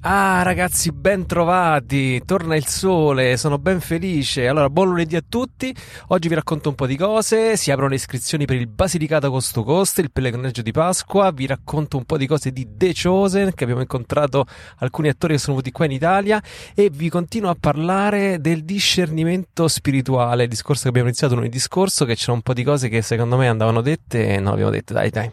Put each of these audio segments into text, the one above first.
Ah ragazzi, ben trovati, torna il sole, sono ben felice. Allora, buon lunedì a tutti. Oggi vi racconto un po' di cose. Si aprono le iscrizioni per il Basilicata Coast to Coast, il pellegrinaggio di Pasqua. Vi racconto un po' di cose di The Chosen, che abbiamo incontrato alcuni attori che sono venuti qua in Italia, e vi continuo a parlare del discernimento spirituale, il discorso che abbiamo iniziato lunedì scorso, che c'erano un po' di cose che secondo me andavano dette e non abbiamo dette. Dai.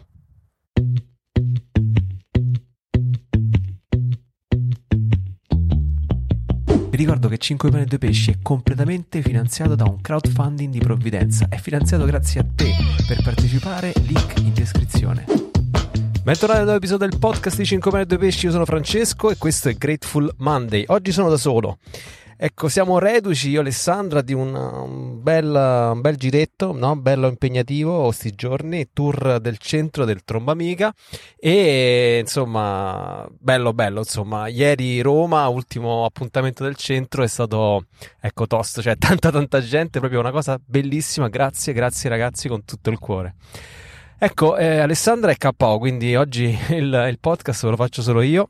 Vi ricordo che 5 pane e 2 pesci è completamente finanziato da un crowdfunding di provvidenza. È finanziato grazie a te. Per partecipare, link in descrizione. Bentornati ad un episodio del podcast di 5 pane e 2 pesci. Io sono Francesco e questo è Grateful Monday. Oggi sono da solo. Ecco, siamo reduci, io e Alessandra, di un bel giretto, no? Bello impegnativo, sti giorni, tour del centro del Trombamica e insomma, bello, insomma, ieri Roma, ultimo appuntamento del centro, è stato, ecco, tosto, cioè tanta gente, proprio una cosa bellissima, grazie ragazzi con tutto il cuore. Ecco, Alessandra è KO, quindi oggi il podcast ve lo faccio solo io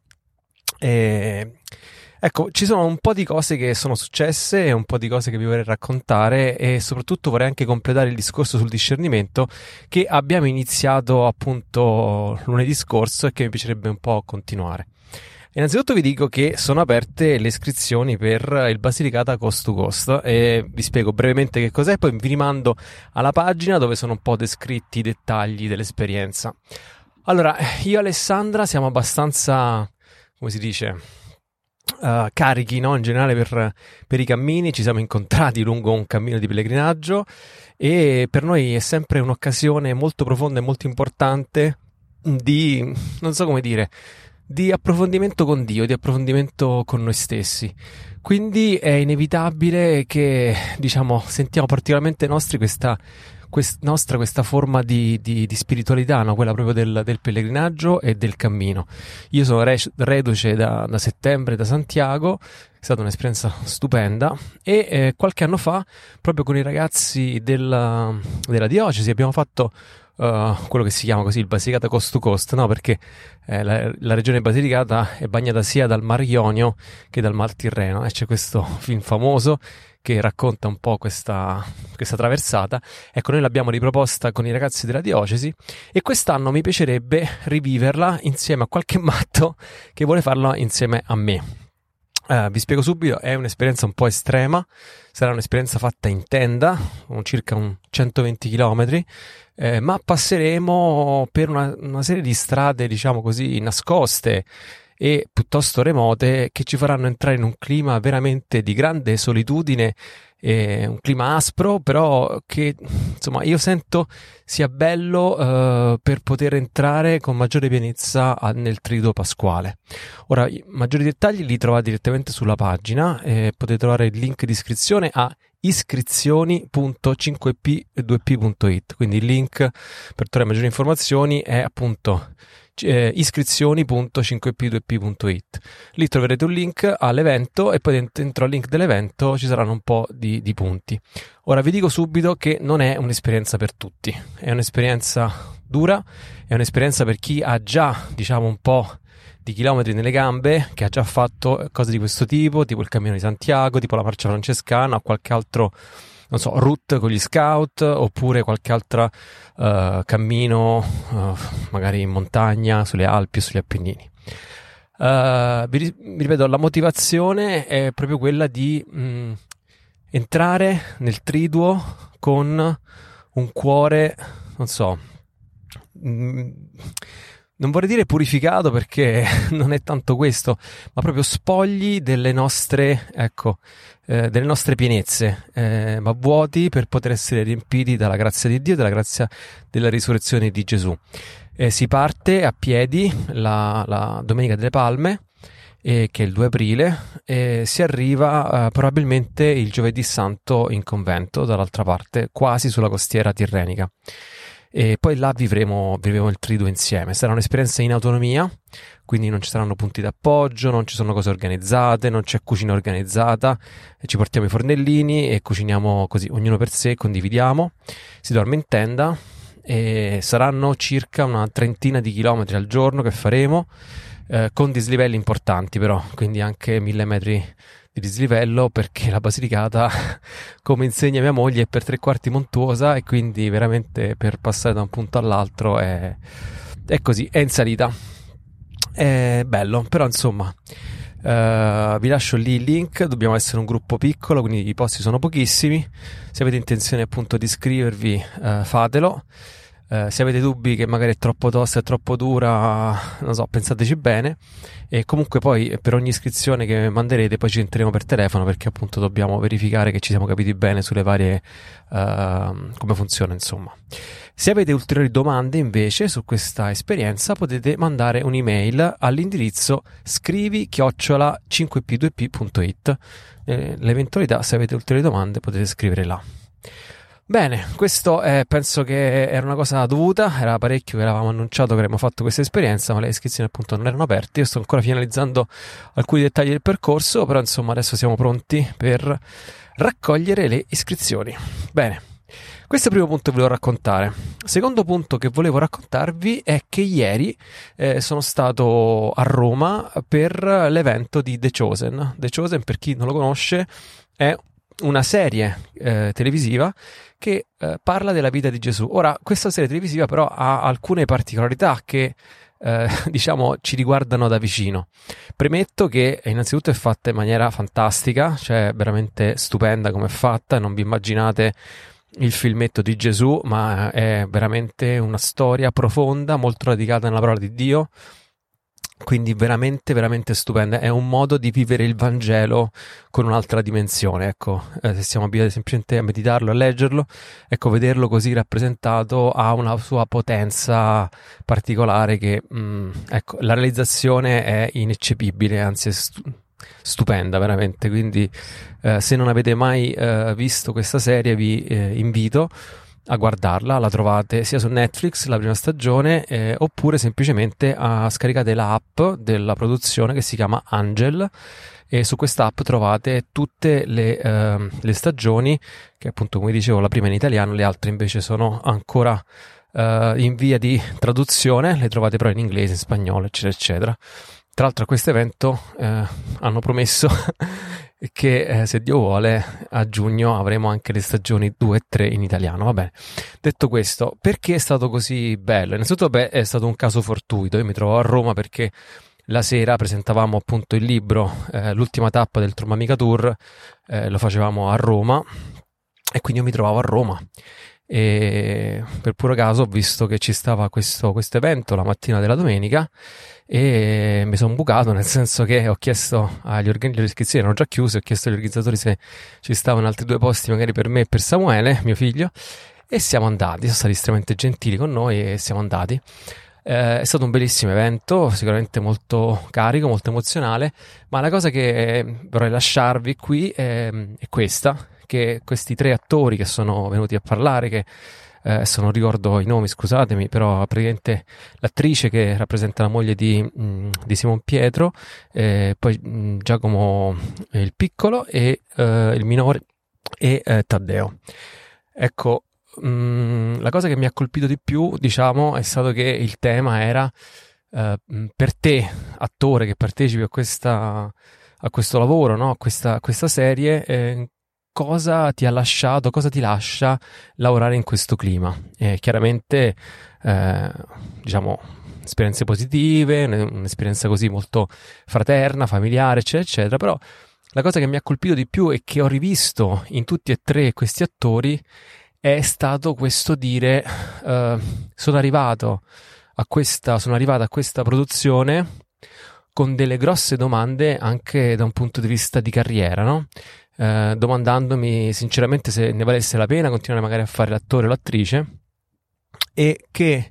Ecco, ci sono un po' di cose che sono successe e un po' di cose che vi vorrei raccontare e soprattutto vorrei anche completare il discorso sul discernimento che abbiamo iniziato appunto lunedì scorso e che mi piacerebbe un po' continuare. Innanzitutto vi dico che sono aperte le iscrizioni per il Basilicata Coast to Coast e vi spiego brevemente che cos'è, poi vi rimando alla pagina dove sono un po' descritti i dettagli dell'esperienza. Allora, io e Alessandra siamo abbastanza, come si dice, carichi, no? In generale per i cammini. Ci siamo incontrati lungo un cammino di pellegrinaggio e per noi è sempre un'occasione molto profonda e molto importante di, non so come dire, di approfondimento con Dio, di approfondimento con noi stessi. Quindi è inevitabile che, diciamo, sentiamo particolarmente nostri questa forma di spiritualità, no? Quella proprio del pellegrinaggio e del cammino. Io sono reduce da settembre da Santiago, è stata un'esperienza stupenda e qualche anno fa, proprio con i ragazzi della diocesi, abbiamo fatto quello che si chiama così il Basilicata Coast to Coast, no? Perché la regione Basilicata è bagnata sia dal Mar Ionio che dal Mar Tirreno e c'è questo film famoso che racconta un po' questa traversata. Ecco, noi l'abbiamo riproposta con i ragazzi della diocesi e quest'anno mi piacerebbe riviverla insieme a qualche matto che vuole farla insieme a me. Vi spiego subito, è un'esperienza un po' estrema, sarà un'esperienza fatta in tenda, circa 120 km, ma passeremo per una serie di strade, diciamo così, nascoste e piuttosto remote che ci faranno entrare in un clima veramente di grande solitudine, un clima aspro, però che insomma io sento sia bello per poter entrare con maggiore pienezza nel Triduo Pasquale. Ora, i maggiori dettagli li trovate direttamente sulla pagina, potete trovare il link di iscrizione a iscrizioni.5p2p.it, quindi il link per trovare maggiori informazioni è appunto iscrizioni.5p2p.it. Lì troverete un link all'evento e poi dentro al link dell'evento ci saranno un po' di punti. Ora vi dico subito che non è un'esperienza per tutti, è un'esperienza dura, è un'esperienza per chi ha già, diciamo, un po' di chilometri nelle gambe, che ha già fatto cose di questo tipo il Cammino di Santiago, tipo la Marcia Francescana o qualche altro, non so, route con gli scout oppure qualche altra cammino magari in montagna, sulle Alpi o sugli Appennini. Vi ripeto, la motivazione è proprio quella di entrare nel Triduo con un cuore, non so, non vorrei dire purificato perché non è tanto questo, ma proprio spogli delle nostre, delle nostre pienezze, ma vuoti per poter essere riempiti dalla grazia di Dio, dalla grazia della risurrezione di Gesù. Si parte a piedi la Domenica delle Palme, che è il 2 aprile, e si arriva probabilmente il Giovedì Santo in convento, dall'altra parte, quasi sulla costiera tirrenica. E poi là vivremo il Triduo insieme. Sarà un'esperienza in autonomia, quindi non ci saranno punti d'appoggio, non ci sono cose organizzate, non c'è cucina organizzata, ci portiamo i fornellini e cuciniamo così, ognuno per sé, condividiamo, si dorme in tenda e saranno circa una trentina di chilometri al giorno che faremo. con dislivelli importanti però, quindi anche 1000 metri di dislivello, perché la Basilicata, come insegna mia moglie, è per 3/4 montuosa, e quindi veramente per passare da un punto all'altro è così, è in salita. È bello, però insomma, vi lascio lì il link. Dobbiamo essere un gruppo piccolo, quindi i posti sono pochissimi. Se avete intenzione appunto di iscrivervi, fatelo. Se avete dubbi che magari è troppo tosta, è troppo dura, non so, pensateci bene. E comunque poi per ogni iscrizione che manderete poi ci entreremo per telefono, perché appunto dobbiamo verificare che ci siamo capiti bene sulle varie come funziona, insomma. Se avete ulteriori domande invece su questa esperienza, potete mandare un'email all'indirizzo scrivi@5p2p.it. L'eventualità, se avete ulteriori domande, potete scrivere là. Bene, questo penso che era una cosa dovuta, era parecchio che avevamo annunciato che avremmo fatto questa esperienza, ma le iscrizioni appunto non erano aperte. Io sto ancora finalizzando alcuni dettagli del percorso, però insomma adesso siamo pronti per raccogliere le iscrizioni. Bene, questo è il primo punto che volevo raccontare. Secondo punto che volevo raccontarvi è che ieri sono stato a Roma per l'evento di The Chosen. The Chosen, per chi non lo conosce, è una serie televisiva che parla della vita di Gesù. Ora, questa serie televisiva però ha alcune particolarità che diciamo ci riguardano da vicino. Premetto che innanzitutto è fatta in maniera fantastica, cioè veramente stupenda come è fatta. Non vi immaginate il filmetto di Gesù, ma è veramente una storia profonda, molto radicata nella parola di Dio. Quindi veramente veramente stupenda, è un modo di vivere il Vangelo con un'altra dimensione, ecco. Se siamo abituati semplicemente a meditarlo, a leggerlo, ecco, vederlo così rappresentato ha una sua potenza particolare che ecco, la realizzazione è ineccepibile, anzi è stupenda veramente. Quindi se non avete mai visto questa serie, vi invito a guardarla. La trovate sia su Netflix, la prima stagione, oppure semplicemente scaricate l'app della produzione che si chiama Angel, e su questa app trovate tutte le stagioni, che appunto, come dicevo, la prima in italiano, le altre invece sono ancora in via di traduzione, le trovate però in inglese, in spagnolo, eccetera eccetera. Tra l'altro a questo evento hanno promesso che se Dio vuole a giugno avremo anche le stagioni 2 e 3 in italiano. Va bene, detto questo, perché è stato così bello? Innanzitutto è stato un caso fortuito. Io mi trovo a Roma perché la sera presentavamo appunto il libro, l'ultima tappa del Tromamica Tour, lo facevamo a Roma, e quindi io mi trovavo a Roma. E per puro caso ho visto che ci stava questo evento la mattina della domenica, e mi sono bucato, nel senso che ho chiesto agli organizzatori, le iscrizioni erano già chiuse, ho chiesto agli organizzatori se ci stavano altri 2 posti magari per me e per Samuele, mio figlio, e siamo andati. Sono stati estremamente gentili con noi e siamo andati. È stato un bellissimo evento, sicuramente molto carico, molto emozionale, ma la cosa che vorrei lasciarvi qui è questa, che questi 3 attori che sono venuti a parlare, che adesso non ricordo i nomi, scusatemi, però praticamente l'attrice che rappresenta la moglie di Simon Pietro, poi Giacomo il piccolo, e il minore, e Taddeo. Ecco, la cosa che mi ha colpito di più, diciamo, è stato che il tema era per te, attore che partecipi a questo lavoro, no? a questa serie, cosa ti ha lasciato, cosa ti lascia lavorare in questo clima. Chiaramente, diciamo, esperienze positive, un'esperienza così molto fraterna, familiare, eccetera, eccetera, però la cosa che mi ha colpito di più e che ho rivisto in tutti e 3 questi attori è stato questo dire, sono arrivato a questa produzione con delle grosse domande anche da un punto di vista di carriera, no? Domandandomi sinceramente se ne valesse la pena continuare magari a fare l'attore o l'attrice, e che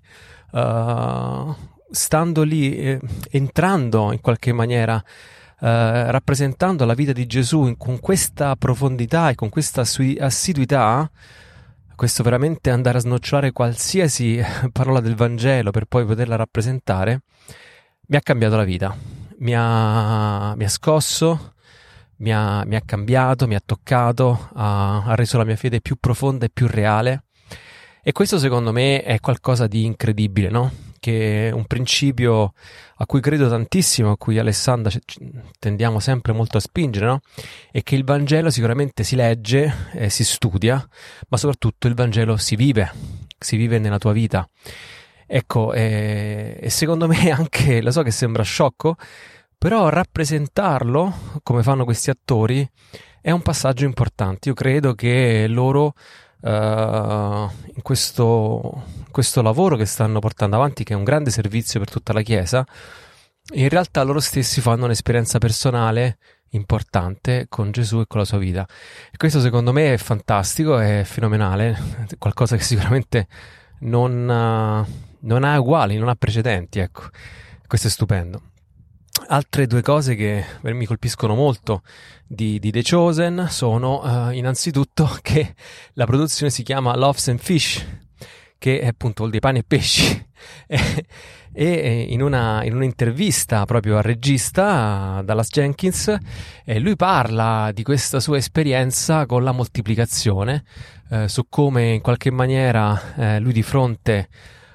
stando lì, entrando in qualche maniera, rappresentando la vita di Gesù con questa profondità e con questa assiduità, questo veramente andare a snocciolare qualsiasi parola del Vangelo per poi poterla rappresentare, mi ha cambiato la vita, mi ha scosso, mi ha cambiato, mi ha toccato, ha reso la mia fede più profonda e più reale. E questo secondo me è qualcosa di incredibile, no? che un principio a cui credo tantissimo, a cui Alessandra tendiamo sempre molto a spingere, no? È che il Vangelo sicuramente si legge, si studia, ma soprattutto il Vangelo si vive nella tua vita. Ecco, e secondo me anche, lo so che sembra sciocco, però rappresentarlo come fanno questi attori è un passaggio importante. Io credo che loro in questo lavoro che stanno portando avanti, che è un grande servizio per tutta la Chiesa, in realtà loro stessi fanno un'esperienza personale importante con Gesù e con la sua vita. E questo secondo me è fantastico, è fenomenale, qualcosa che sicuramente non ha uguali, non ha precedenti, ecco. Questo è stupendo. Altre due cose che mi colpiscono molto di The Chosen sono innanzitutto che la produzione si chiama Loaves and Fish, che è appunto vuol dire pane e pesci, e in un'intervista proprio al regista Dallas Jenkins, lui parla di questa sua esperienza con la moltiplicazione, su come in qualche maniera lui, di fronte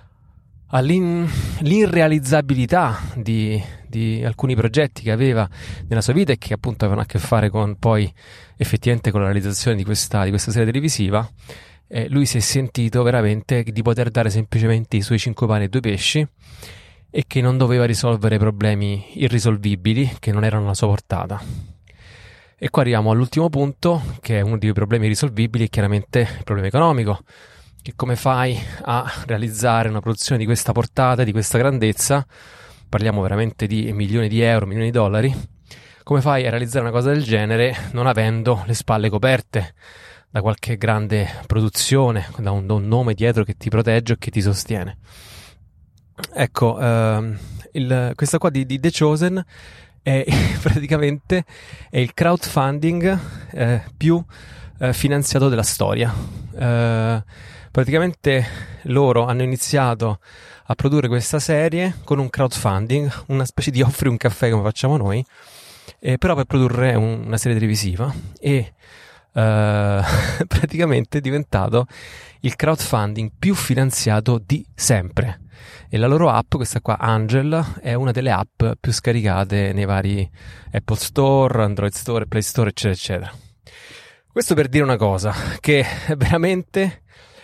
all'irrealizzabilità di alcuni progetti che aveva nella sua vita e che appunto avevano a che fare con poi effettivamente con la realizzazione di questa serie televisiva, lui si è sentito veramente di poter dare semplicemente i suoi 5 pani e 2 pesci e che non doveva risolvere problemi irrisolvibili che non erano alla sua portata. E qua arriviamo all'ultimo punto, che è uno dei problemi irrisolvibili, è chiaramente il problema economico. Che come fai a realizzare una produzione di questa portata, di questa grandezza? Parliamo veramente di milioni di euro, milioni di dollari. Come fai a realizzare una cosa del genere non avendo le spalle coperte da qualche grande produzione, da un nome dietro che ti protegge o che ti sostiene? Ecco, questa qua di The Chosen è praticamente è il crowdfunding più finanziato della storia. Praticamente loro hanno iniziato a produrre questa serie con un crowdfunding, una specie di offri un caffè come facciamo noi, però per produrre una serie televisiva, e praticamente è diventato il crowdfunding più finanziato di sempre. E la loro app, questa qua Angel, è una delle app più scaricate nei vari Apple Store, Android Store, Play Store, eccetera eccetera. Questo per dire una cosa, che veramente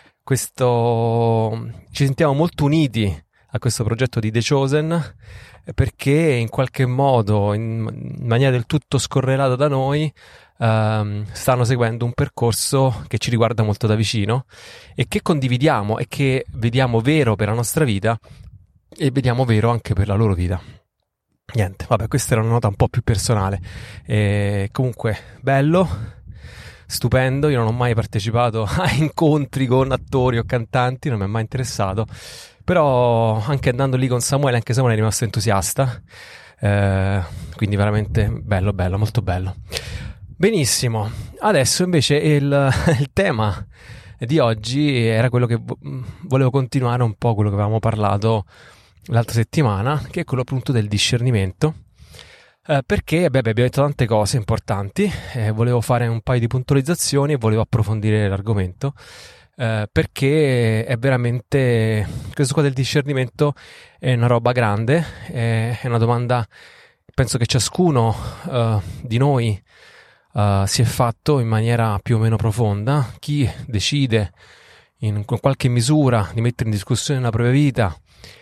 ci sentiamo molto uniti a questo progetto di The Chosen, perché in qualche modo, in maniera del tutto scorrelata da noi, stanno seguendo un percorso che ci riguarda molto da vicino e che condividiamo e che vediamo vero per la nostra vita e vediamo vero anche per la loro vita. Niente, vabbè, questa era una nota un po' più personale. Comunque, bello, stupendo. Io non ho mai partecipato a incontri con attori o cantanti, non mi è mai interessato, però anche andando lì con Samuele, anche Samuele è rimasto entusiasta, quindi veramente bello, molto bello. Benissimo, adesso invece il tema di oggi era quello che volevo continuare un po' quello che avevamo parlato l'altra settimana, che è quello appunto del discernimento. Perché abbiamo detto tante cose importanti, volevo fare un paio di puntualizzazioni e volevo approfondire l'argomento, perché è veramente, questo qua del discernimento è una roba grande, è una domanda, penso che ciascuno di noi si è fatto in maniera più o meno profonda. Chi decide con qualche misura di mettere in discussione la propria vita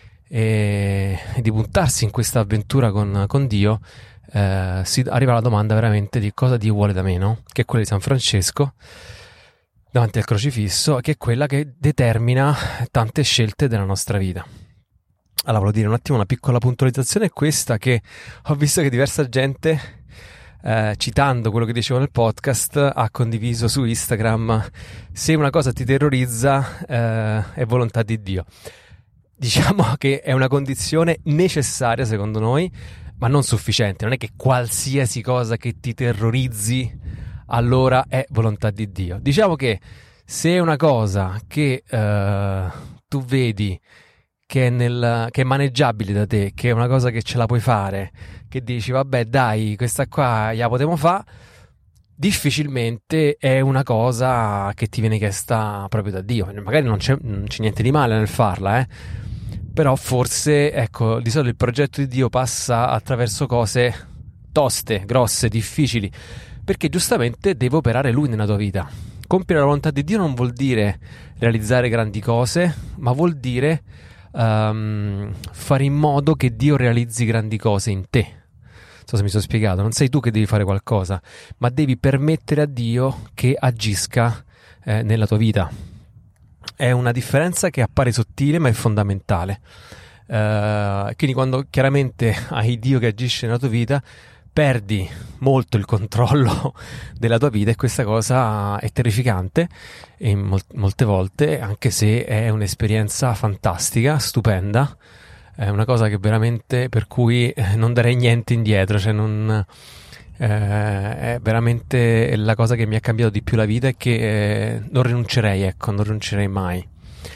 e di buttarsi in questa avventura con Dio, si arriva alla domanda veramente di cosa Dio vuole da me, no? Che è quella di San Francesco davanti al crocifisso, che è quella che determina tante scelte della nostra vita. Allora, volevo dire un attimo, una piccola puntualizzazione è questa, che ho visto che diversa gente, citando quello che dicevo nel podcast, ha condiviso su Instagram: se una cosa ti terrorizza, è volontà di Dio. Diciamo che è una condizione necessaria secondo noi, ma non sufficiente. Non è che qualsiasi cosa che ti terrorizzi allora è volontà di Dio. Diciamo che se è una cosa che tu vedi che è maneggiabile da te, che è una cosa che ce la puoi fare, che dici vabbè dai, questa qua la potremo fare, difficilmente è una cosa che ti viene chiesta proprio da Dio. Magari non c'è niente di male nel farla, Però forse, ecco, di solito il progetto di Dio passa attraverso cose toste, grosse, difficili, perché giustamente deve operare Lui nella tua vita. Compiere la volontà di Dio non vuol dire realizzare grandi cose, ma vuol dire fare in modo che Dio realizzi grandi cose in te. Non so se mi sono spiegato, non sei tu che devi fare qualcosa, ma devi permettere a Dio che agisca nella tua vita. È una differenza che appare sottile ma è fondamentale. Quindi quando chiaramente hai Dio che agisce nella tua vita, perdi molto il controllo della tua vita, e questa cosa è terrificante e molte volte, anche se è un'esperienza fantastica, stupenda, è una cosa che veramente, per cui non darei niente indietro, cioè non, è veramente la cosa che mi ha cambiato di più la vita e che non rinuncerei mai.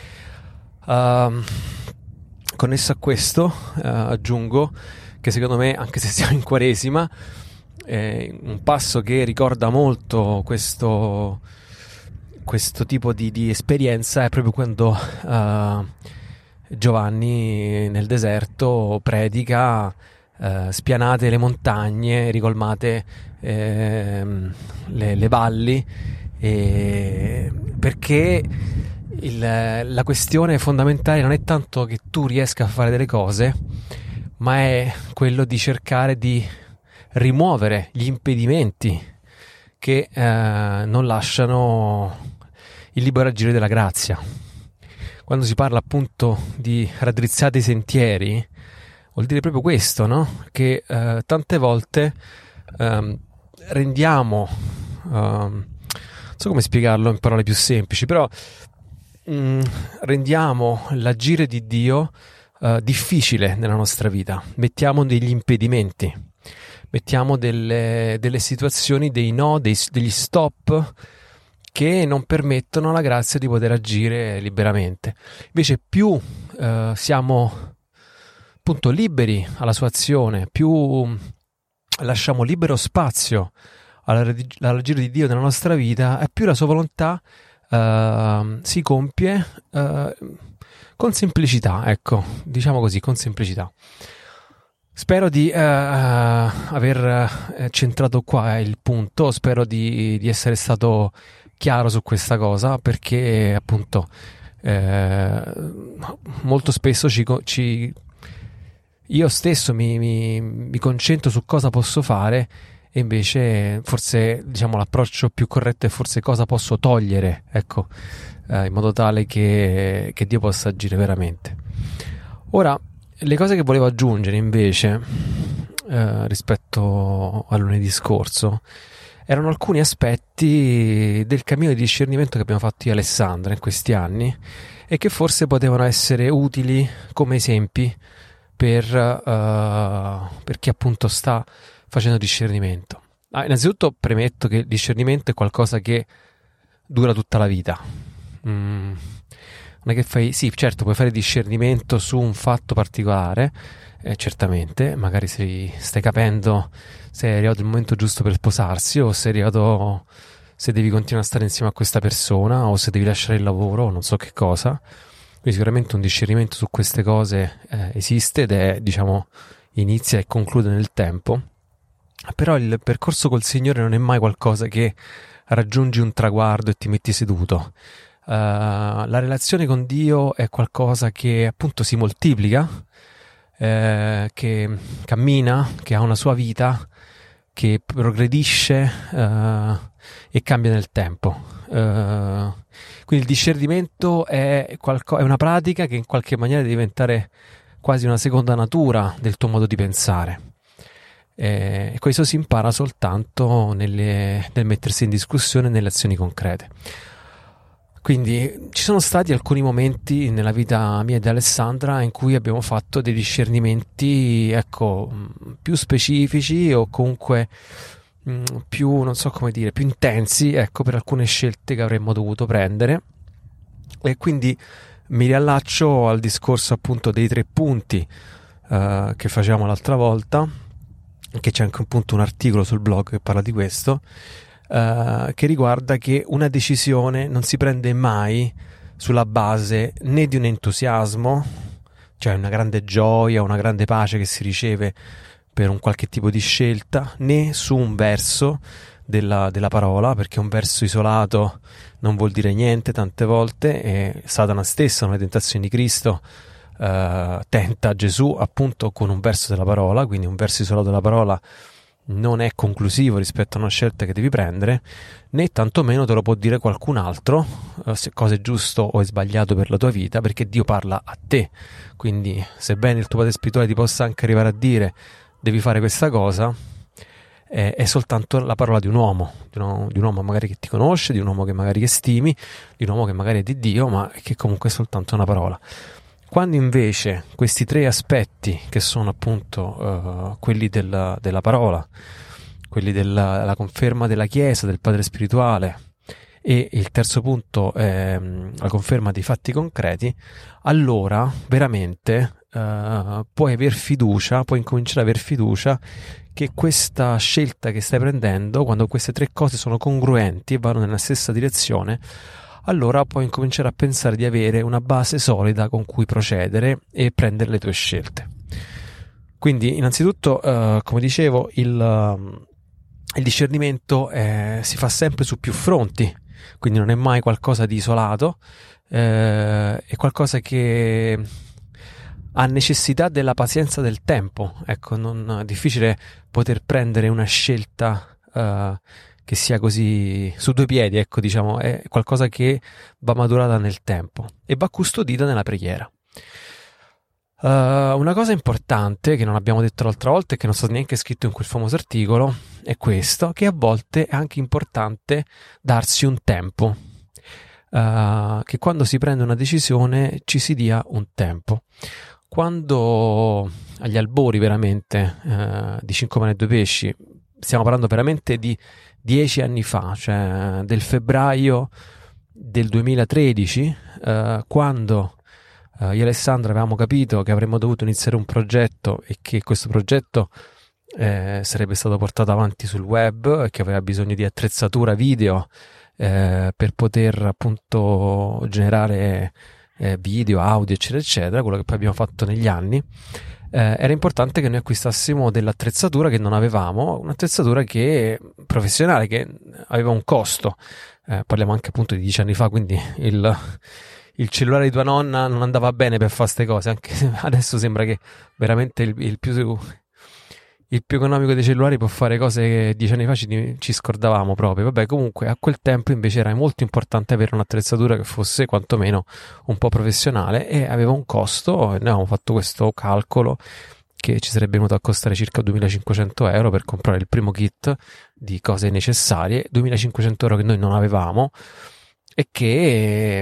Connesso a questo, aggiungo che secondo me, anche se siamo in Quaresima, un passo che ricorda molto questo tipo di esperienza è proprio quando Giovanni nel deserto predica: spianate le montagne, ricolmate le valli, perché la questione fondamentale non è tanto che tu riesca a fare delle cose, ma è quello di cercare di rimuovere gli impedimenti che non lasciano il libero agire della grazia. Quando si parla appunto di raddrizzate i sentieri, vuol dire proprio questo, no? Che tante volte rendiamo, non so come spiegarlo in parole più semplici, però rendiamo l'agire di Dio difficile nella nostra vita, mettiamo degli impedimenti, mettiamo delle situazioni, dei no, degli stop che non permettono alla grazia di poter agire liberamente. Invece più siamo appunto liberi alla sua azione, più lasciamo libero spazio all'agire di Dio nella nostra vita, e più la sua volontà si compie con semplicità, ecco, diciamo così, con semplicità. Spero di aver centrato qua il punto, spero di essere stato chiaro su questa cosa, perché appunto molto spesso io stesso mi concentro su cosa posso fare, e invece forse, diciamo, l'approccio più corretto è forse cosa posso togliere, ecco, in modo tale che Dio possa agire veramente. Ora, le cose che volevo aggiungere invece rispetto al lunedì scorso erano alcuni aspetti del cammino di discernimento che abbiamo fatto io e Alessandra in questi anni, e che forse potevano essere utili come esempi per chi appunto sta facendo discernimento. Innanzitutto premetto che il discernimento è qualcosa che dura tutta la vita. Non è che sì, certo, puoi fare discernimento su un fatto particolare, certamente, magari stai capendo se è arrivato il momento giusto per sposarsi, o se è arrivato, se devi continuare a stare insieme a questa persona, o se devi lasciare il lavoro, o non so che cosa. Quindi sicuramente un discernimento su queste cose esiste, ed è, diciamo, inizia e conclude nel tempo. Però il percorso col Signore non è mai qualcosa che raggiungi un traguardo e ti metti seduto. La relazione con Dio è qualcosa che appunto si moltiplica, che cammina, che ha una sua vita, che progredisce e cambia nel tempo. Quindi il discernimento è una pratica che in qualche maniera deve diventare quasi una seconda natura del tuo modo di pensare. E questo si impara soltanto nel mettersi in discussione nelle azioni concrete. Quindi ci sono stati alcuni momenti nella vita mia e di Alessandra in cui abbiamo fatto dei discernimenti, ecco, più specifici, o comunque più, non so come dire, più intensi, ecco, per alcune scelte che avremmo dovuto prendere. E quindi mi riallaccio al discorso appunto dei 3 punti che facevamo l'altra volta, che c'è anche appunto un articolo sul blog che parla di questo, che riguarda che una decisione non si prende mai sulla base né di un entusiasmo, cioè una grande gioia, una grande pace che si riceve per un qualche tipo di scelta, né su un verso della parola, perché un verso isolato non vuol dire niente tante volte, e Satana stesso nelle tentazioni di Cristo tenta Gesù appunto con un verso della parola, quindi un verso isolato della parola non è conclusivo rispetto a una scelta che devi prendere, né tantomeno te lo può dire qualcun altro, se cosa è giusto o è sbagliato per la tua vita, perché Dio parla a te. Quindi sebbene il tuo padre spirituale ti possa anche arrivare a dire devi fare questa cosa, è soltanto la parola di un uomo, di un uomo magari che ti conosce, di un uomo che magari che stimi, di un uomo che magari è di Dio, ma che comunque è soltanto una parola. Quando invece questi tre aspetti, che sono appunto quelli della parola, quelli della conferma della Chiesa, del padre spirituale, e il terzo punto è la conferma dei fatti concreti, allora veramente puoi aver fiducia, puoi incominciare ad aver fiducia che questa scelta che stai prendendo, quando queste tre cose sono congruenti e vanno nella stessa direzione, allora puoi incominciare a pensare di avere una base solida con cui procedere e prendere le tue scelte. Quindi innanzitutto, come dicevo, il discernimento si fa sempre su più fronti, quindi non è mai qualcosa di isolato, è qualcosa che ha necessità della pazienza del tempo. Ecco, non è difficile poter prendere una scelta che sia così su due piedi, ecco, diciamo, è qualcosa che va maturata nel tempo e va custodita nella preghiera. Una cosa importante che non abbiamo detto l'altra volta e che non sta neanche scritto in quel famoso articolo è questo, che a volte è anche importante darsi un tempo, che quando si prende una decisione ci si dia un tempo. Quando agli albori veramente di 5 pane e 2 pesci, stiamo parlando veramente di 10 anni fa, cioè del febbraio del 2013, quando io e Alessandra avevamo capito che avremmo dovuto iniziare un progetto e che questo progetto sarebbe stato portato avanti sul web e che aveva bisogno di attrezzatura video per poter appunto generare video, audio, eccetera, eccetera, quello che poi abbiamo fatto negli anni. Era importante che noi acquistassimo dell'attrezzatura che non avevamo, un'attrezzatura che professionale, che aveva un costo. Parliamo anche appunto di 10 anni fa, quindi il cellulare di tua nonna non andava bene per fare queste cose, anche se adesso sembra che veramente il più economico dei cellulari può fare cose che 10 anni fa ci scordavamo proprio. Vabbè, comunque a quel tempo invece era molto importante avere un'attrezzatura che fosse quantomeno un po' professionale e aveva un costo, e noi avevamo fatto questo calcolo che ci sarebbe venuto a costare circa 2.500 euro per comprare il primo kit di cose necessarie, 2.500 euro che noi non avevamo e che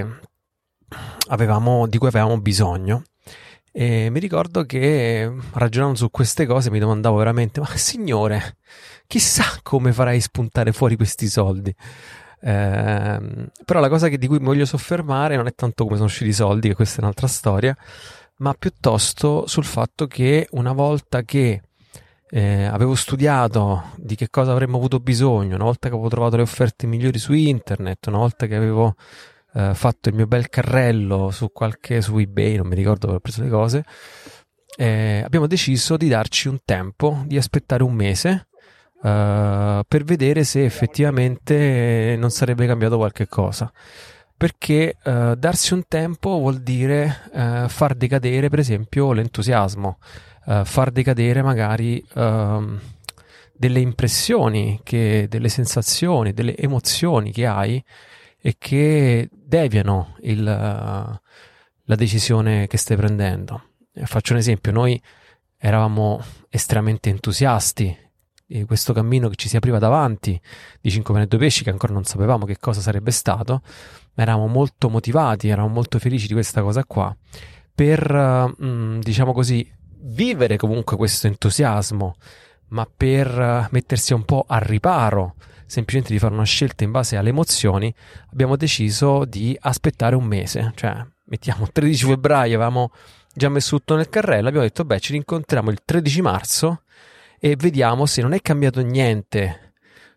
di cui avevamo bisogno. E mi ricordo che ragionando su queste cose mi domandavo veramente, ma signore, chissà come farai spuntare fuori questi soldi. Però la cosa di cui mi voglio soffermare non è tanto come sono usciti i soldi, che questa è un'altra storia, ma piuttosto sul fatto che una volta che avevo studiato di che cosa avremmo avuto bisogno, una volta che avevo trovato le offerte migliori su internet, una volta che avevo fatto il mio bel carrello su eBay, non mi ricordo dove ho preso le cose, abbiamo deciso di darci un tempo, di aspettare un mese per vedere se effettivamente non sarebbe cambiato qualche cosa, perché darsi un tempo vuol dire far decadere per esempio l'entusiasmo, far decadere magari delle impressioni, delle sensazioni, delle emozioni che hai e che deviano la decisione che stai prendendo. Faccio un esempio: noi eravamo estremamente entusiasti di questo cammino che ci si apriva davanti di 5 pane e 2 pesci, che ancora non sapevamo che cosa sarebbe stato, ma eravamo molto motivati, eravamo molto felici di questa cosa qua, per diciamo così vivere comunque questo entusiasmo, ma per mettersi un po' a riparo semplicemente di fare una scelta in base alle emozioni, abbiamo deciso di aspettare un mese. Cioè, mettiamo 13 febbraio, avevamo già messo tutto nel carrello, abbiamo detto ci rincontriamo il 13 marzo e vediamo se non è cambiato niente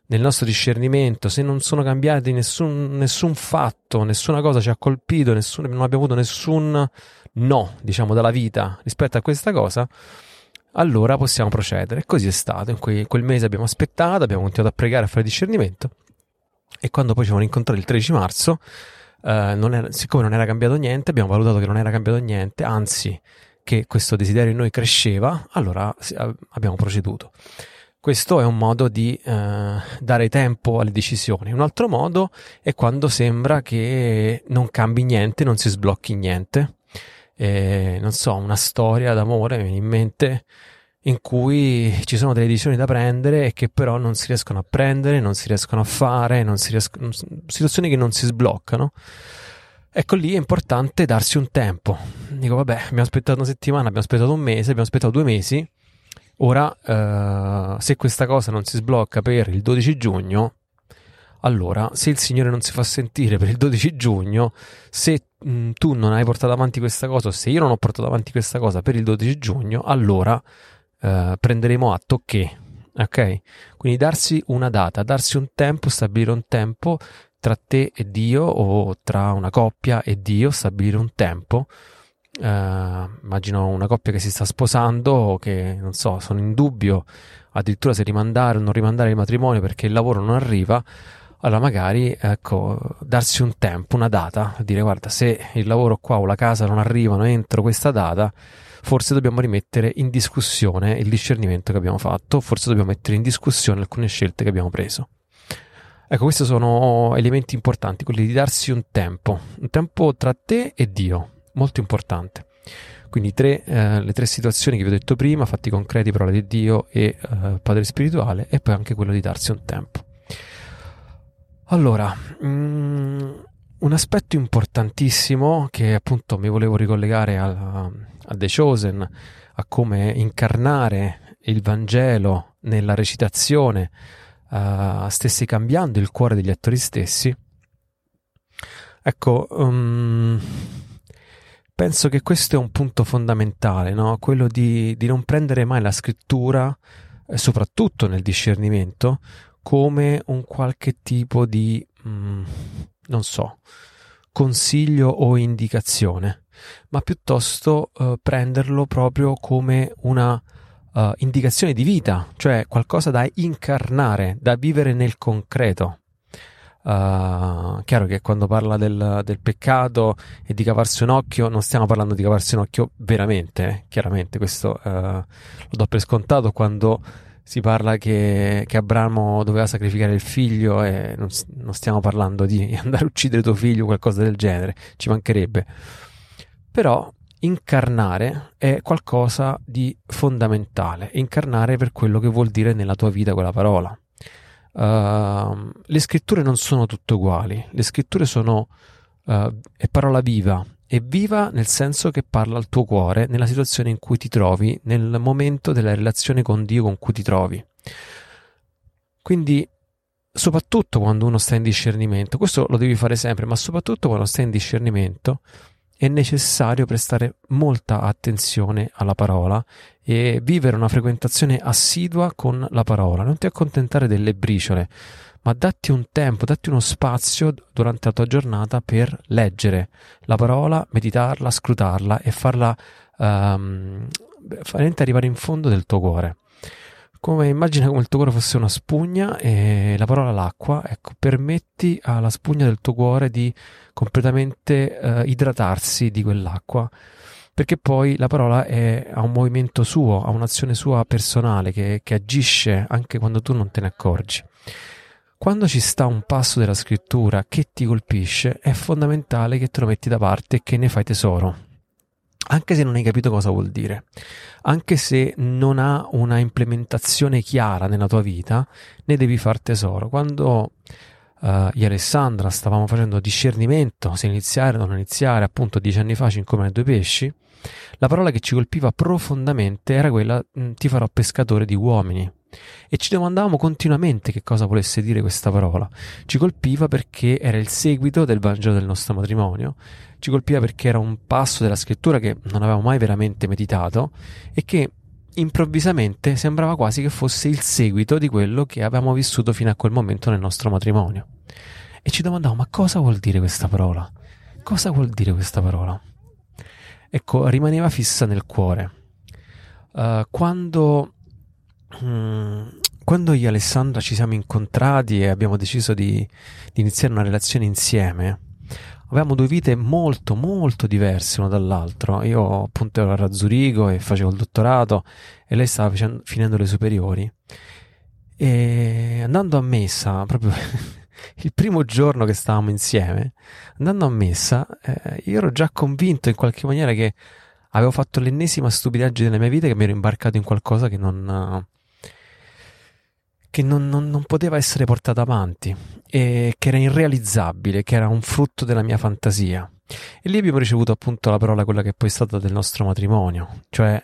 nel nostro discernimento, se non sono cambiati nessun fatto, nessuna cosa ci ha colpito, non abbiamo avuto nessun no, diciamo, dalla vita rispetto a questa cosa, allora possiamo procedere. E così è stato. In quel mese abbiamo aspettato, abbiamo continuato a pregare, a fare discernimento, e quando poi ci siamo incontrati il 13 marzo, siccome non era cambiato niente, abbiamo valutato che non era cambiato niente, anzi che questo desiderio in noi cresceva, allora abbiamo proceduto. Questo è un modo di dare tempo alle decisioni. Un altro modo è quando sembra che non cambi niente, non si sblocchi niente. Non so, una storia d'amore mi viene in mente in cui ci sono delle decisioni da prendere e che però non si riescono a prendere, non si riescono a fare, situazioni che non si sbloccano. Ecco, lì è importante darsi un tempo. Dico, vabbè, abbiamo aspettato una settimana, abbiamo aspettato un mese, abbiamo aspettato 2 mesi. Ora, se questa cosa non si sblocca per il 12 giugno, allora, se il Signore non si fa sentire per il 12 giugno, se tu non hai portato avanti questa cosa, se io non ho portato avanti questa cosa per il 12 giugno, allora prenderemo atto che, ok? Quindi darsi una data, darsi un tempo, stabilire un tempo tra te e Dio, o tra una coppia e Dio, stabilire un tempo. Immagino una coppia che si sta sposando, che non so, sono in dubbio addirittura se rimandare o non rimandare il matrimonio perché il lavoro non arriva. Allora magari, ecco, darsi un tempo, una data, dire guarda, se il lavoro qua o la casa non arrivano entro questa data, forse dobbiamo rimettere in discussione il discernimento che abbiamo fatto, forse dobbiamo mettere in discussione alcune scelte che abbiamo preso. Ecco, questi sono elementi importanti, quelli di darsi un tempo tra te e Dio, molto importante. Quindi le 3 situazioni che vi ho detto prima, fatti concreti, parola di Dio e Padre spirituale, e poi anche quello di darsi un tempo. Allora, un aspetto importantissimo che appunto mi volevo ricollegare a The Chosen, a come incarnare il Vangelo nella recitazione stesse cambiando il cuore degli attori stessi. Ecco, penso che questo è un punto fondamentale, no? Quello di non prendere mai la scrittura, soprattutto nel discernimento, come un qualche tipo di, non so, consiglio o indicazione, ma piuttosto prenderlo proprio come una indicazione di vita, cioè qualcosa da incarnare, da vivere nel concreto. Chiaro che quando parla del peccato e di cavarsi un occhio, non stiamo parlando di cavarsi un occhio veramente, chiaramente questo lo do per scontato quando si parla che Abramo doveva sacrificare il figlio, e non stiamo parlando di andare a uccidere tuo figlio o qualcosa del genere, ci mancherebbe. Però incarnare è qualcosa di fondamentale, incarnare per quello che vuol dire nella tua vita quella parola. Le scritture non sono tutte uguali, le scritture sono è parola viva, è viva nel senso che parla al tuo cuore nella situazione in cui ti trovi, nel momento della relazione con Dio con cui ti trovi. Quindi soprattutto quando uno sta in discernimento, questo lo devi fare sempre, ma soprattutto quando stai in discernimento è necessario prestare molta attenzione alla parola e vivere una frequentazione assidua con la parola. Non ti accontentare delle briciole, ma datti un tempo, datti uno spazio durante la tua giornata per leggere la parola, meditarla, scrutarla e farla arrivare in fondo del tuo cuore. Immagina come il tuo cuore fosse una spugna e la parola l'acqua. Ecco, permetti alla spugna del tuo cuore di completamente idratarsi di quell'acqua, perché poi la parola ha un movimento suo, ha un'azione sua personale che agisce anche quando tu non te ne accorgi. Quando ci sta un passo della scrittura che ti colpisce, è fondamentale che te lo metti da parte e che ne fai tesoro, anche se non hai capito cosa vuol dire, anche se non ha una implementazione chiara nella tua vita, ne devi far tesoro. Quando io e Alessandra stavamo facendo discernimento se iniziare o non iniziare, appunto 10 anni fa, 5 mani e 2 pesci, la parola che ci colpiva profondamente era quella: ti farò pescatore di uomini. E ci domandavamo continuamente che cosa volesse dire questa parola. Ci colpiva perché era il seguito del Vangelo del nostro matrimonio, ci colpiva perché era un passo della scrittura che non avevamo mai veramente meditato e che improvvisamente sembrava quasi che fosse il seguito di quello che avevamo vissuto fino a quel momento nel nostro matrimonio. E ci domandavo, ma cosa vuol dire questa parola? Cosa vuol dire questa parola? Ecco, rimaneva fissa nel cuore. Quando io e Alessandra ci siamo incontrati e abbiamo deciso di iniziare una relazione insieme, avevamo due vite molto molto diverse l'uno dall'altro. Io appunto ero a Zurigo e facevo il dottorato e lei stava finendo le superiori, e andando a messa proprio il primo giorno che stavamo insieme, andando a messa, io ero già convinto in qualche maniera che avevo fatto l'ennesima stupidaggine della mia vita, che mi ero imbarcato in qualcosa che non poteva essere portato avanti, e che era irrealizzabile, che era un frutto della mia fantasia. E lì abbiamo ricevuto appunto la parola, quella che poi è stata del nostro matrimonio, cioè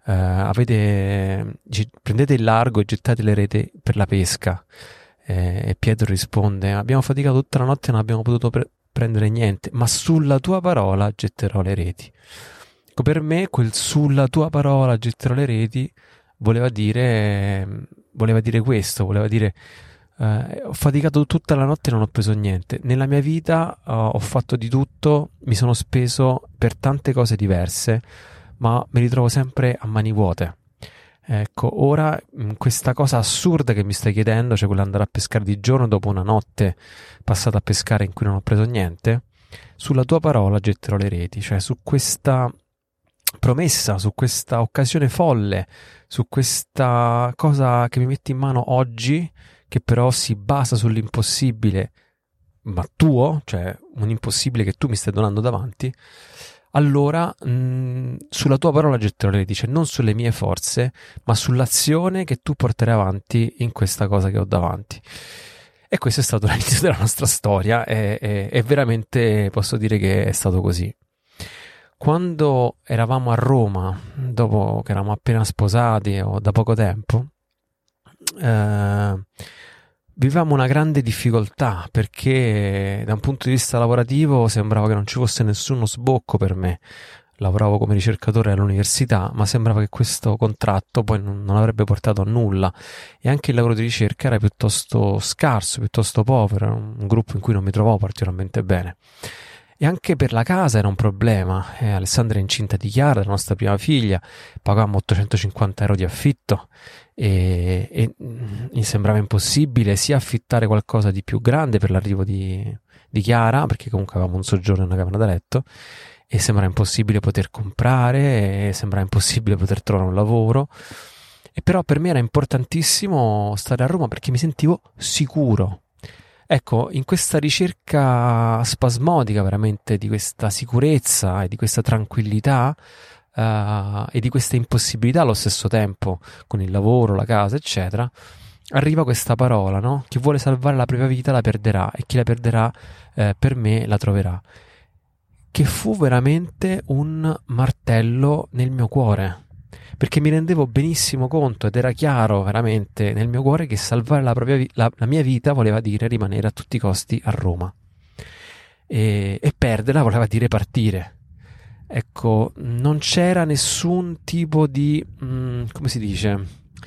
prendete il largo e gettate le reti per la pesca. E Pietro risponde: abbiamo faticato tutta la notte e non abbiamo potuto prendere niente, ma sulla tua parola getterò le reti. Ecco, per me quel sulla tua parola getterò le reti voleva dire questo, voleva dire ho faticato tutta la notte e non ho preso niente. Nella mia vita ho fatto di tutto, mi sono speso per tante cose diverse, ma mi ritrovo sempre a mani vuote. Ecco, ora questa cosa assurda che mi stai chiedendo, cioè quella di andare a pescare di giorno dopo una notte passata a pescare in cui non ho preso niente, sulla tua parola getterò le reti, cioè su questa promessa, su questa occasione folle, su questa cosa che mi metti in mano oggi, che però si basa sull'impossibile, ma tuo, cioè un impossibile che tu mi stai donando davanti. Allora sulla tua parola getterò le reti, cioè non sulle mie forze, ma sull'azione che tu porterai avanti in questa cosa che ho davanti. E questo è stato l'inizio della nostra storia, e veramente posso dire che è stato così. Quando eravamo a Roma, dopo che eravamo appena sposati o da poco tempo, vivevamo una grande difficoltà, perché da un punto di vista lavorativo sembrava che non ci fosse nessuno sbocco per me. Lavoravo come ricercatore all'università, ma sembrava che questo contratto poi non avrebbe portato a nulla, e anche il lavoro di ricerca era piuttosto scarso, piuttosto povero, un gruppo in cui non mi trovavo particolarmente bene. E anche per la casa era un problema. Alessandra è incinta di Chiara, la nostra prima figlia, pagavamo 850 euro di affitto e mi sembrava impossibile sia affittare qualcosa di più grande per l'arrivo di Chiara, perché comunque avevamo un soggiorno e una camera da letto, e sembrava impossibile poter comprare, e sembrava impossibile poter trovare un lavoro. E però per me era importantissimo stare a Roma perché mi sentivo sicuro. Ecco, in questa ricerca spasmodica veramente di questa sicurezza e di questa tranquillità e di questa impossibilità allo stesso tempo, con il lavoro, la casa, eccetera, arriva questa parola, no? Chi vuole salvare la propria vita la perderà, e chi la perderà per me la troverà. Che fu veramente un martello nel mio cuore, perché mi rendevo benissimo conto ed era chiaro veramente nel mio cuore che salvare la mia vita voleva dire rimanere a tutti i costi a Roma, e perderla voleva dire partire. Ecco, non c'era nessun tipo di come si dice,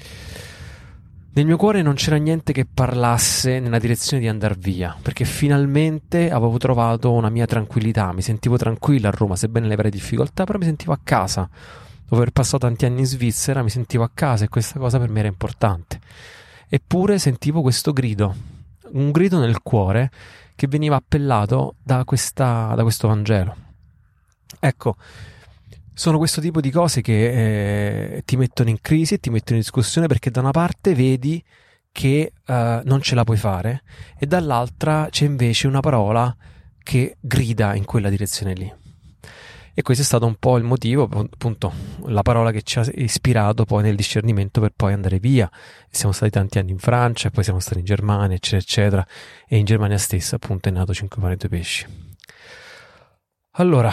nel mio cuore non c'era niente che parlasse nella direzione di andar via, perché finalmente avevo trovato una mia tranquillità, mi sentivo tranquilla a Roma, sebbene le varie difficoltà, però mi sentivo a casa. Dopo aver passato tanti anni in Svizzera mi sentivo a casa, e questa cosa per me era importante. Eppure sentivo questo grido, un grido nel cuore che veniva appellato da questo Vangelo. Ecco, sono questo tipo di cose che ti mettono in crisi e ti mettono in discussione, perché da una parte vedi che non ce la puoi fare, e dall'altra c'è invece una parola che grida in quella direzione lì. E questo è stato un po' il motivo, appunto, la parola che ci ha ispirato poi nel discernimento per poi andare via. Siamo stati tanti anni in Francia, e poi siamo stati in Germania, eccetera, eccetera, e in Germania stessa, appunto, è nato 5 pane e 2 pesci. Allora,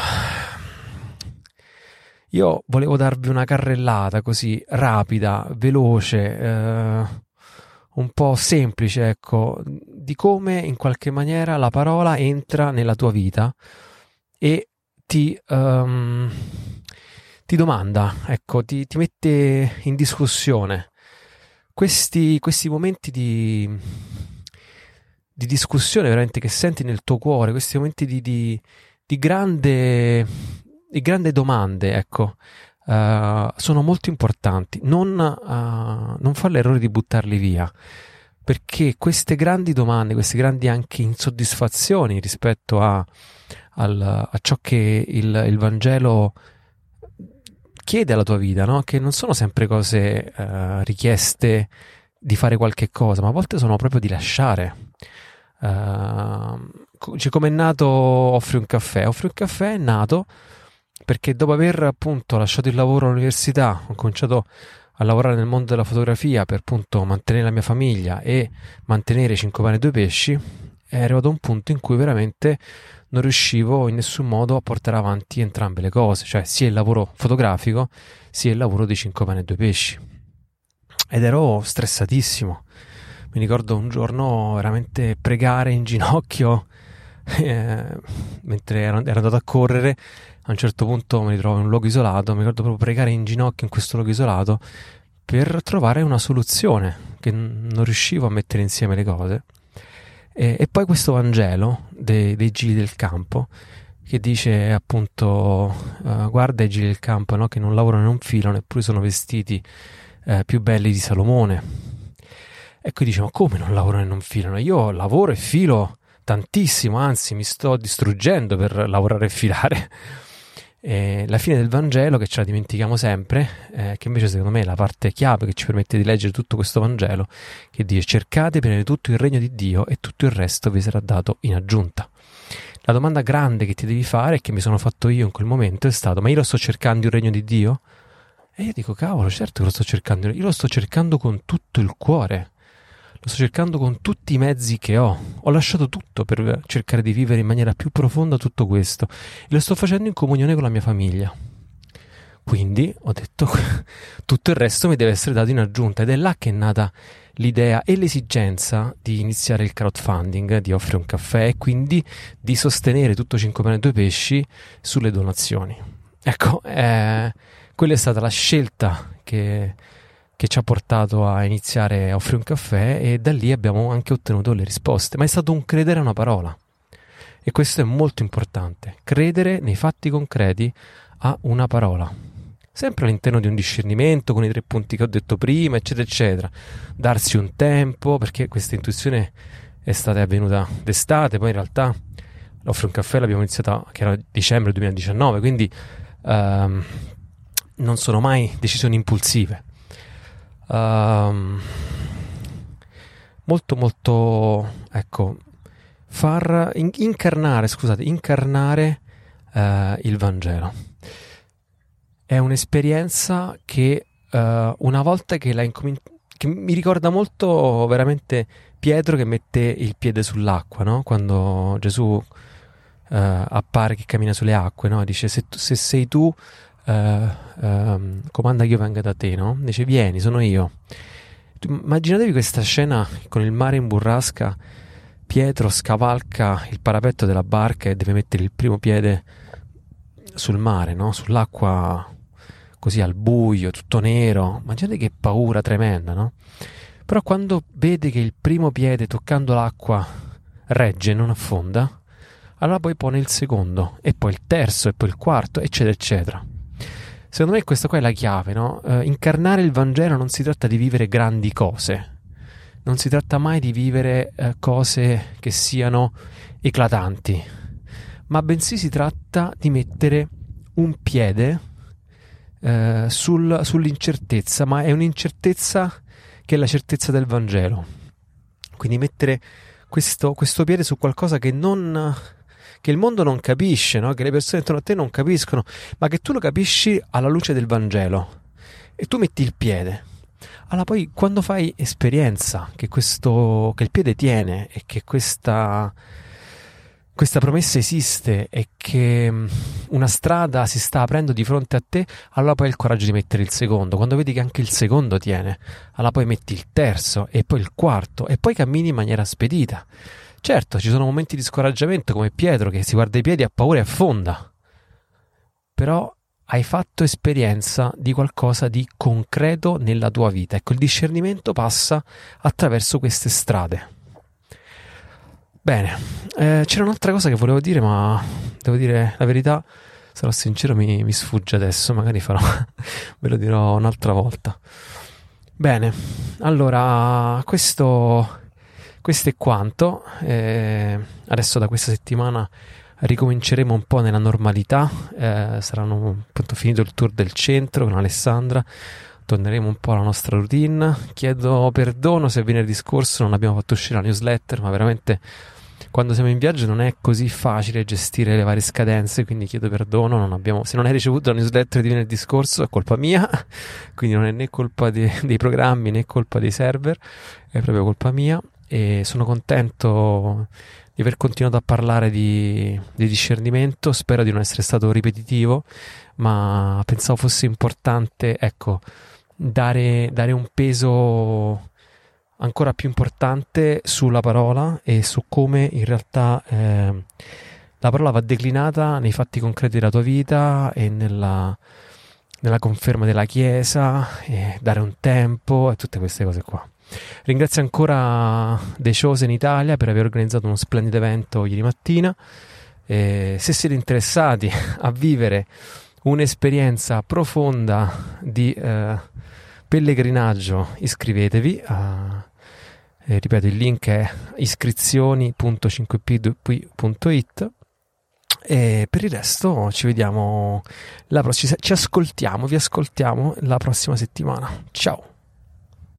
io volevo darvi una carrellata così rapida, veloce, un po' semplice, ecco, di come in qualche maniera la parola entra nella tua vita e ti ti domanda, ecco, ti mette in discussione. Questi momenti di discussione veramente che senti nel tuo cuore, questi momenti di grande domande, ecco, sono molto importanti. Non fare l'errore di buttarli via, perché queste grandi domande, queste grandi anche insoddisfazioni rispetto a ciò che il Vangelo chiede alla tua vita, no? Che non sono sempre cose richieste di fare qualche cosa, ma a volte sono proprio di lasciare. Come è nato Offri un caffè? Offri un caffè è nato perché dopo aver appunto lasciato il lavoro all'università, ho cominciato a lavorare nel mondo della fotografia per appunto mantenere la mia famiglia e mantenere 5 pane e 2 pesci. È arrivato a un punto in cui veramente non riuscivo in nessun modo a portare avanti entrambe le cose, cioè sia il lavoro fotografico sia il lavoro di 5 pane e 2 pesci, ed ero stressatissimo. Mi ricordo un giorno veramente pregare in ginocchio mentre ero andato a correre. A un certo punto mi ritrovo in un luogo isolato, mi ricordo proprio pregare in ginocchio in questo luogo isolato per trovare una soluzione, che non riuscivo a mettere insieme le cose. E poi questo Vangelo dei gigli del campo, che dice appunto guarda i gigli del campo, no? Che non lavorano e non filano, eppure sono vestiti più belli di Salomone. E qui dice, ma come non lavorano e non filano? Io lavoro e filo tantissimo, anzi mi sto distruggendo per lavorare e filare. E la fine del Vangelo, che ce la dimentichiamo sempre, che invece secondo me è la parte chiave che ci permette di leggere tutto questo Vangelo, che dice: cercate prima di tutto il regno di Dio e tutto il resto vi sarà dato in aggiunta. La domanda grande che ti devi fare, e che mi sono fatto io in quel momento, è stato: ma io lo sto cercando il regno di Dio? E io dico, cavolo, certo che lo sto cercando, io lo sto cercando con tutto il cuore, lo sto cercando con tutti i mezzi che ho lasciato tutto per cercare di vivere in maniera più profonda tutto questo, e lo sto facendo in comunione con la mia famiglia. Quindi ho detto, tutto il resto mi deve essere dato in aggiunta, ed è là che è nata l'idea e l'esigenza di iniziare il crowdfunding di Offri un caffè, e quindi di sostenere tutto 5 pane e 2 pesci sulle donazioni. Ecco, quella è stata la scelta che ci ha portato a iniziare a Offri un caffè, e da lì abbiamo anche ottenuto le risposte. Ma è stato un credere a una parola, e questo è molto importante: credere nei fatti concreti a una parola, sempre all'interno di un discernimento con i 3 punti che ho detto prima, eccetera eccetera. Darsi un tempo, perché questa intuizione è stata avvenuta d'estate, poi in realtà Offri un caffè l'abbiamo iniziata che era dicembre 2019, quindi non sono mai decisioni impulsive. Molto, ecco, incarnare il Vangelo è un'esperienza che una volta che che mi ricorda molto veramente Pietro che mette il piede sull'acqua, no? Quando Gesù appare che cammina sulle acque, no? Dice: se sei tu, comanda che io venga da te, no? Dice: vieni, sono io. Immaginatevi questa scena con il mare in burrasca. Pietro scavalca il parapetto della barca e deve mettere il primo piede sul mare, no? Sull'acqua, così al buio, tutto nero. Immaginate che paura tremenda, no? Però quando vede che il primo piede toccando l'acqua regge e non affonda, allora poi pone il secondo, e poi il terzo, e poi il quarto, eccetera eccetera. Secondo me questa qua è la chiave, no? Incarnare il Vangelo non si tratta di vivere grandi cose, non si tratta mai di vivere cose che siano eclatanti, ma bensì si tratta di mettere un piede sull'incertezza, ma è un'incertezza che è la certezza del Vangelo. Quindi mettere questo piede su qualcosa che il mondo non capisce, no? Che le persone intorno a te non capiscono, ma che tu lo capisci alla luce del Vangelo, e tu metti il piede. Allora poi quando fai esperienza che il piede tiene, e che questa promessa esiste, e che una strada si sta aprendo di fronte a te, allora poi hai il coraggio di mettere il secondo. Quando vedi che anche il secondo tiene, allora poi metti il terzo, e poi il quarto, e poi cammini in maniera spedita. Certo, ci sono momenti di scoraggiamento, come Pietro che si guarda i piedi, ha paura e affonda, però hai fatto esperienza di qualcosa di concreto nella tua vita. Ecco, il discernimento passa attraverso queste strade. Bene, c'era un'altra cosa che volevo dire, ma devo dire la verità, sarò sincero, mi sfugge adesso, magari ve lo dirò un'altra volta. Bene, allora questo è quanto. Adesso da questa settimana ricominceremo un po' nella normalità, saranno appunto finito il tour del centro con Alessandra, torneremo un po' alla nostra routine. Chiedo perdono se venerdì scorso non abbiamo fatto uscire la newsletter, ma veramente quando siamo in viaggio non è così facile gestire le varie scadenze, quindi chiedo perdono. Se non hai ricevuto la newsletter di venerdì scorso è colpa mia, quindi non è né colpa dei programmi né colpa dei server, è proprio colpa mia. E sono contento di aver continuato a parlare di discernimento. Spero di non essere stato ripetitivo, ma pensavo fosse importante, ecco, dare un peso ancora più importante sulla parola e su come in realtà la parola va declinata nei fatti concreti della tua vita e nella conferma della Chiesa, e dare un tempo e tutte queste cose qua. Ringrazio ancora The Chosen Italia per aver organizzato uno splendido evento ieri mattina. Se siete interessati a vivere un'esperienza profonda di pellegrinaggio, iscrivetevi. Ripeto, il link è iscrizioni.5p2p.it. E per il resto ci vediamo vi ascoltiamo la prossima settimana. Ciao.